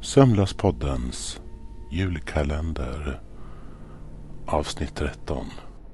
Sömnlöspoddens julkalender avsnitt 13.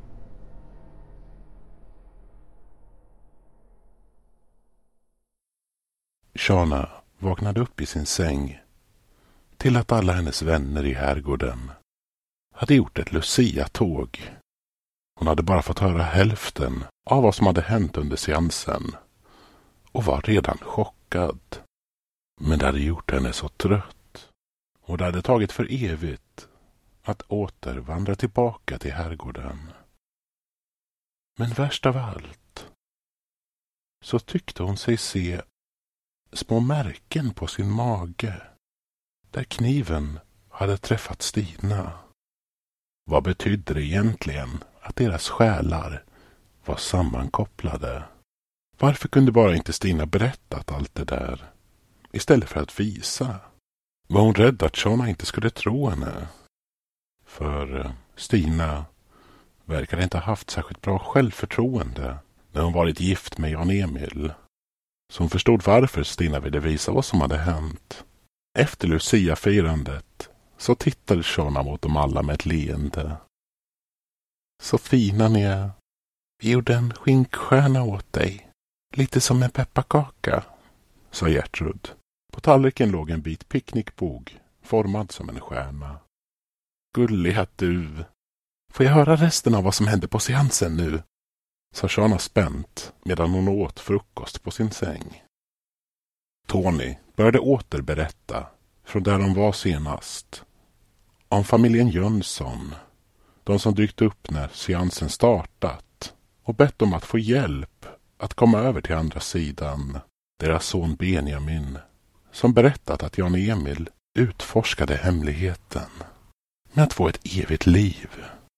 Shana vaknade upp i sin säng till att alla hennes vänner i herrgården hade gjort ett Lucia-tåg. Hon hade bara fått höra hälften av vad som hade hänt under seansen och var redan chockad. Men det hade gjort henne så trött. Och det hade tagit för evigt att återvandra tillbaka till herrgården. Men värst av allt så tyckte hon sig se små märken på sin mage där kniven hade träffat Stina. Vad betydde det egentligen att deras själar var sammankopplade? Varför kunde bara inte Stina berättat allt det där istället för att visa? Var hon rädd att Shana inte skulle tro henne? För Stina verkade inte ha haft särskilt bra självförtroende när hon varit gift med Jan-Emil. Så hon förstod varför Stina ville visa vad som hade hänt. Efter Lucia-firandet så tittade Shana mot dem alla med ett leende. Så fina ni är. Vi gjorde en skinkstjärna åt dig. Lite som en pepparkaka, sa Gertrud. På tallriken låg en bit picknickbog, formad som en stjärna. Gulliga du. Får jag höra resten av vad som hände på seansen nu? Sa Shana spänt medan hon åt frukost på sin säng. Tony började åter berätta från där de var senast. Om familjen Jönsson. De som dykt upp när seansen startat och bett om att få hjälp att komma över till andra sidan. Deras son Benjamin som berättat att Jan-Emil utforskade hemligheten med att få ett evigt liv.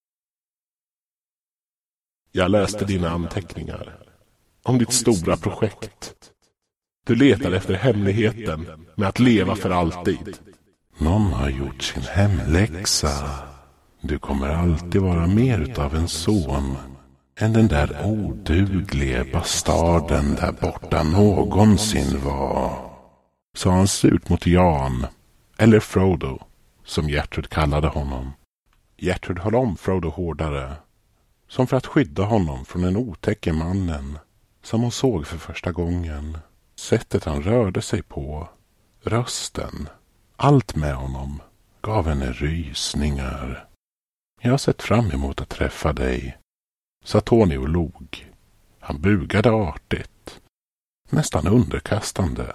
Jag läste dina anteckningar om ditt stora projekt. Du letar efter hemligheten med att leva för alltid. Någon har gjort sin hemläxa. Du kommer alltid vara mer utav en son än den där odugliga bastarden där borta någonsin var. Sa han surt mot Jan, eller Frodo, som Gertrud kallade honom. Gertrud höll om Frodo hårdare, som för att skydda honom från den otäcke mannen som hon såg för första gången. Sättet han rörde sig på, rösten, allt med honom gav henne rysningar. Jag har sett fram emot att träffa dig, sa Tony och log. Han bugade artigt, nästan underkastande.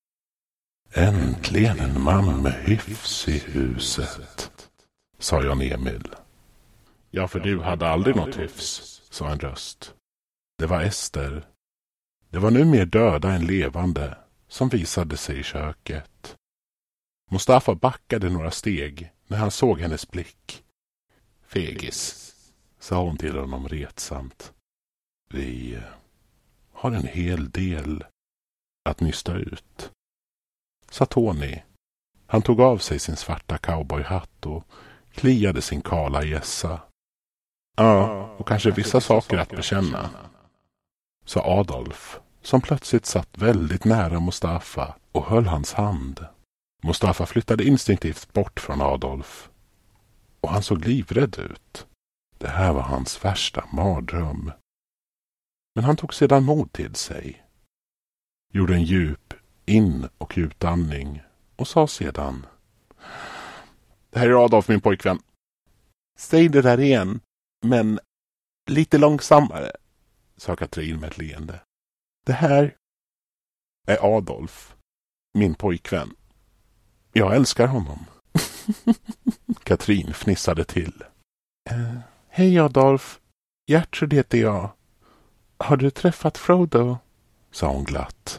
Äntligen en man med hyfs i huset, sa Jan-Emil. Ja, för du hade aldrig något hyfs, sa en röst. Det var Ester. Det var nu mer döda än levande som visade sig i köket. Mustafa backade några steg när han såg hennes blick. Fegis, sa hon till honom retsamt. Vi har en hel del att nysta ut, sa Tony. Han tog av sig sin svarta cowboyhatt och kliade sin kala gässa. Ja, och kanske vissa saker att bekänna, sa Adolf, som plötsligt satt väldigt nära Mustafa och höll hans hand. Mustafa flyttade instinktivt bort från Adolf och han såg livrädd ut. Det här var hans värsta mardröm. Men han tog sedan mod till sig, gjorde en djup in- och utandning och sa sedan: Det här är Adolf, min pojkvän. Säg det där igen, men lite långsammare, sa Katrin med ett leende. Det här är Adolf, min pojkvän. Jag älskar honom. Katrin fnissade till. Hej Adolf, Gertrud heter jag. Har du träffat Frodo? Sa hon glatt.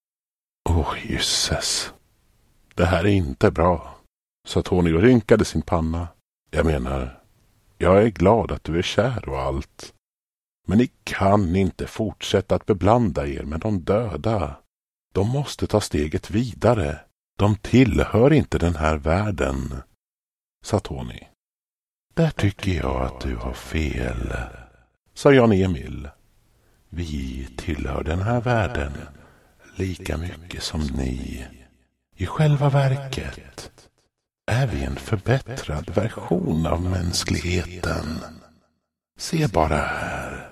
Jösses. Det här är inte bra, sa Tony och rynkade sin panna. Jag menar, jag är glad att du är kär och allt. Men ni kan inte fortsätta att beblanda er med de döda. De måste ta steget vidare. De tillhör inte den här världen, sa Tony. Där tycker jag att du har fel, sa Jan-Emil. Vi tillhör den här världen lika mycket som ni. I själva verket är vi en förbättrad version av mänskligheten. Se bara här.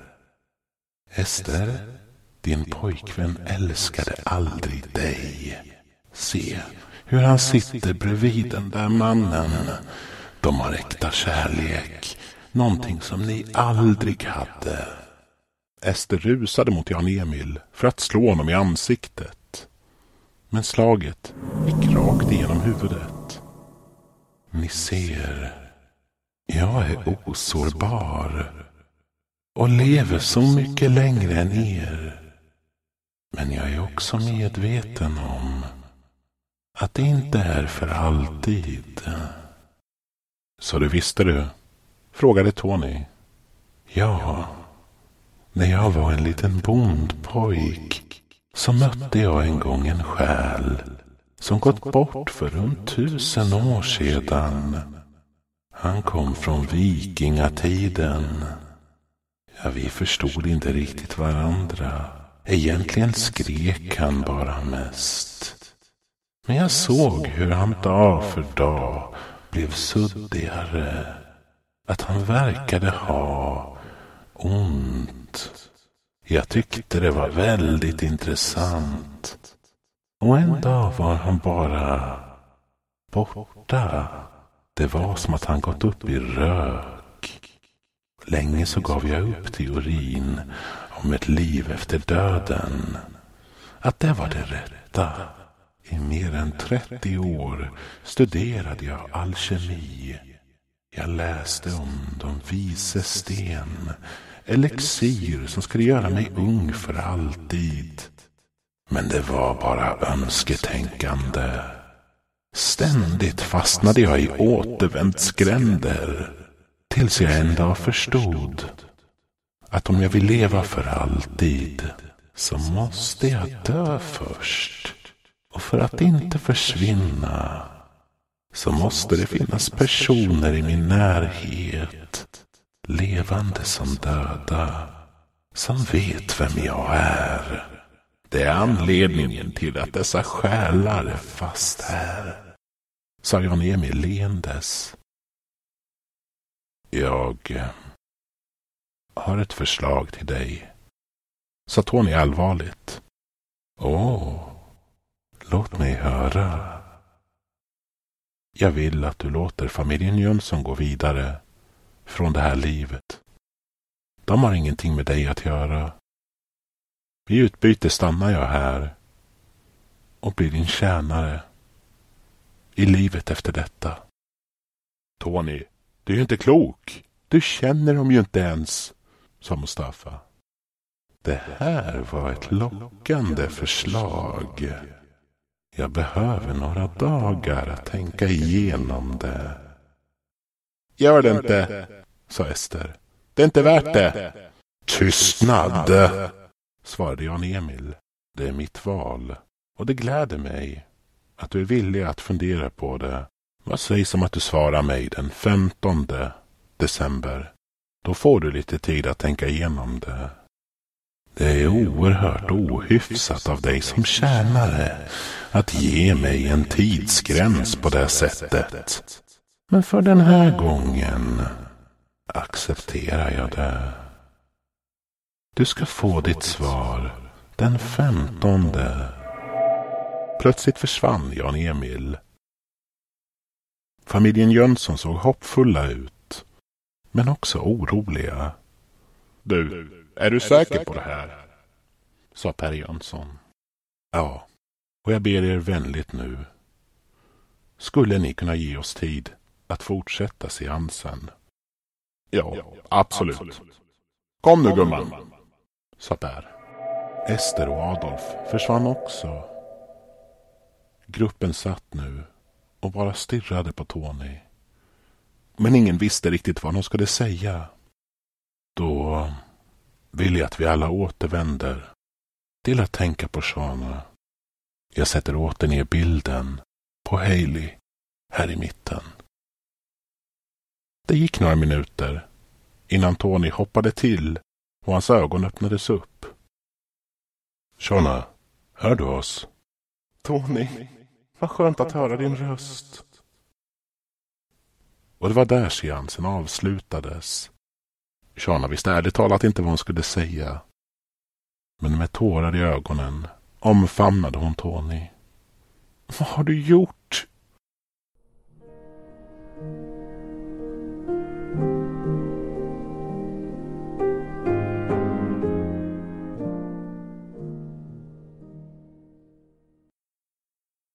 Ester, din pojkvän älskade aldrig dig. Se hur han sitter bredvid den där mannen. De har äkta kärlek. Någonting som ni aldrig hade. Ester rusade mot Jan-Emil för att slå honom i ansiktet. Men slaget gick rakt igenom huvudet. Ni ser, jag är osårbar och lever så mycket längre än er. Men jag är också medveten om att det inte är för alltid. Så det visste du? Frågade Tony. Ja, när jag var en liten bondpojk så mötte jag en gång en själ som gått bort för runt 1000 år sedan. Han kom från vikingatiden. Ja, vi förstod inte riktigt varandra. Egentligen skrek han bara mest. Men jag såg hur han dag för dag blev suddigare. Att han verkade ha ont. Jag tyckte det var väldigt intressant. Och en dag var han bara borta. Det var som att han gått upp i rök. Länge så gav jag upp teorin om ett liv efter döden. Att det var det rätta. I mer än 30 år studerade jag alkemi. Jag läste om de vises sten, elixir som skulle göra mig ung för alltid. Men det var bara önsketänkande. Ständigt fastnade jag i återvändsgränder tills jag en dag förstod att om jag vill leva för alltid så måste jag dö först. Och för att inte försvinna så måste det finnas personer i min närhet, levande som döda, som vet vem jag är. Det är anledningen till att dessa själar är fast här, sa Jan-Emil leendes. Jag har ett förslag till dig, sa Tony allvarligt. Låt mig höra. Jag vill att du låter familjen Jönsson gå vidare från det här livet. De har ingenting med dig att göra. I utbyte stannar jag här och blir din tjänare i livet efter detta. Tony, du är ju inte klok. Du känner dem ju inte ens, sa Mustafa. Det här var ett lockande förslag. Jag behöver några dagar att tänka igenom det. Gör det inte, sa Ester. Det är inte värt det. Tystnad, svarade Jan-Emil. Det är mitt val. Och det gläder mig att du är villig att fundera på det. Vad sägs om att du svarar mig den 15 december? Då får du lite tid att tänka igenom det. Det är oerhört ohyfsat av dig som tjänare att ge mig en tidsgräns på det sättet. Men för den här gången accepterar jag det. Du ska få ditt svar den 15. Plötsligt försvann Jan-Emil. Familjen Jönsson såg hoppfulla ut, men också oroliga. Du, är du säker på det här? Sa Per Jönsson. Ja, och jag ber er vänligt nu. Skulle ni kunna ge oss tid att fortsätta seansen? Ja, absolut. Kom nu gumman, sa Per. Ester och Adolf försvann också. Gruppen satt nu och bara stirrade på Tony. Men ingen visste riktigt vad de skulle säga. Då vill jag att vi alla återvänder till att tänka på Shana. Jag sätter åter ner bilden på Hailey här i mitten. Det gick några minuter innan Tony hoppade till och hans ögon öppnades upp. Shana, hör du oss? Tony, Vad skönt att höra din röst. Och det var där seansen avslutades. Shana visste ärligt talat inte vad hon skulle säga. Men med tårar i ögonen omfamnade hon Tony. Vad har du gjort?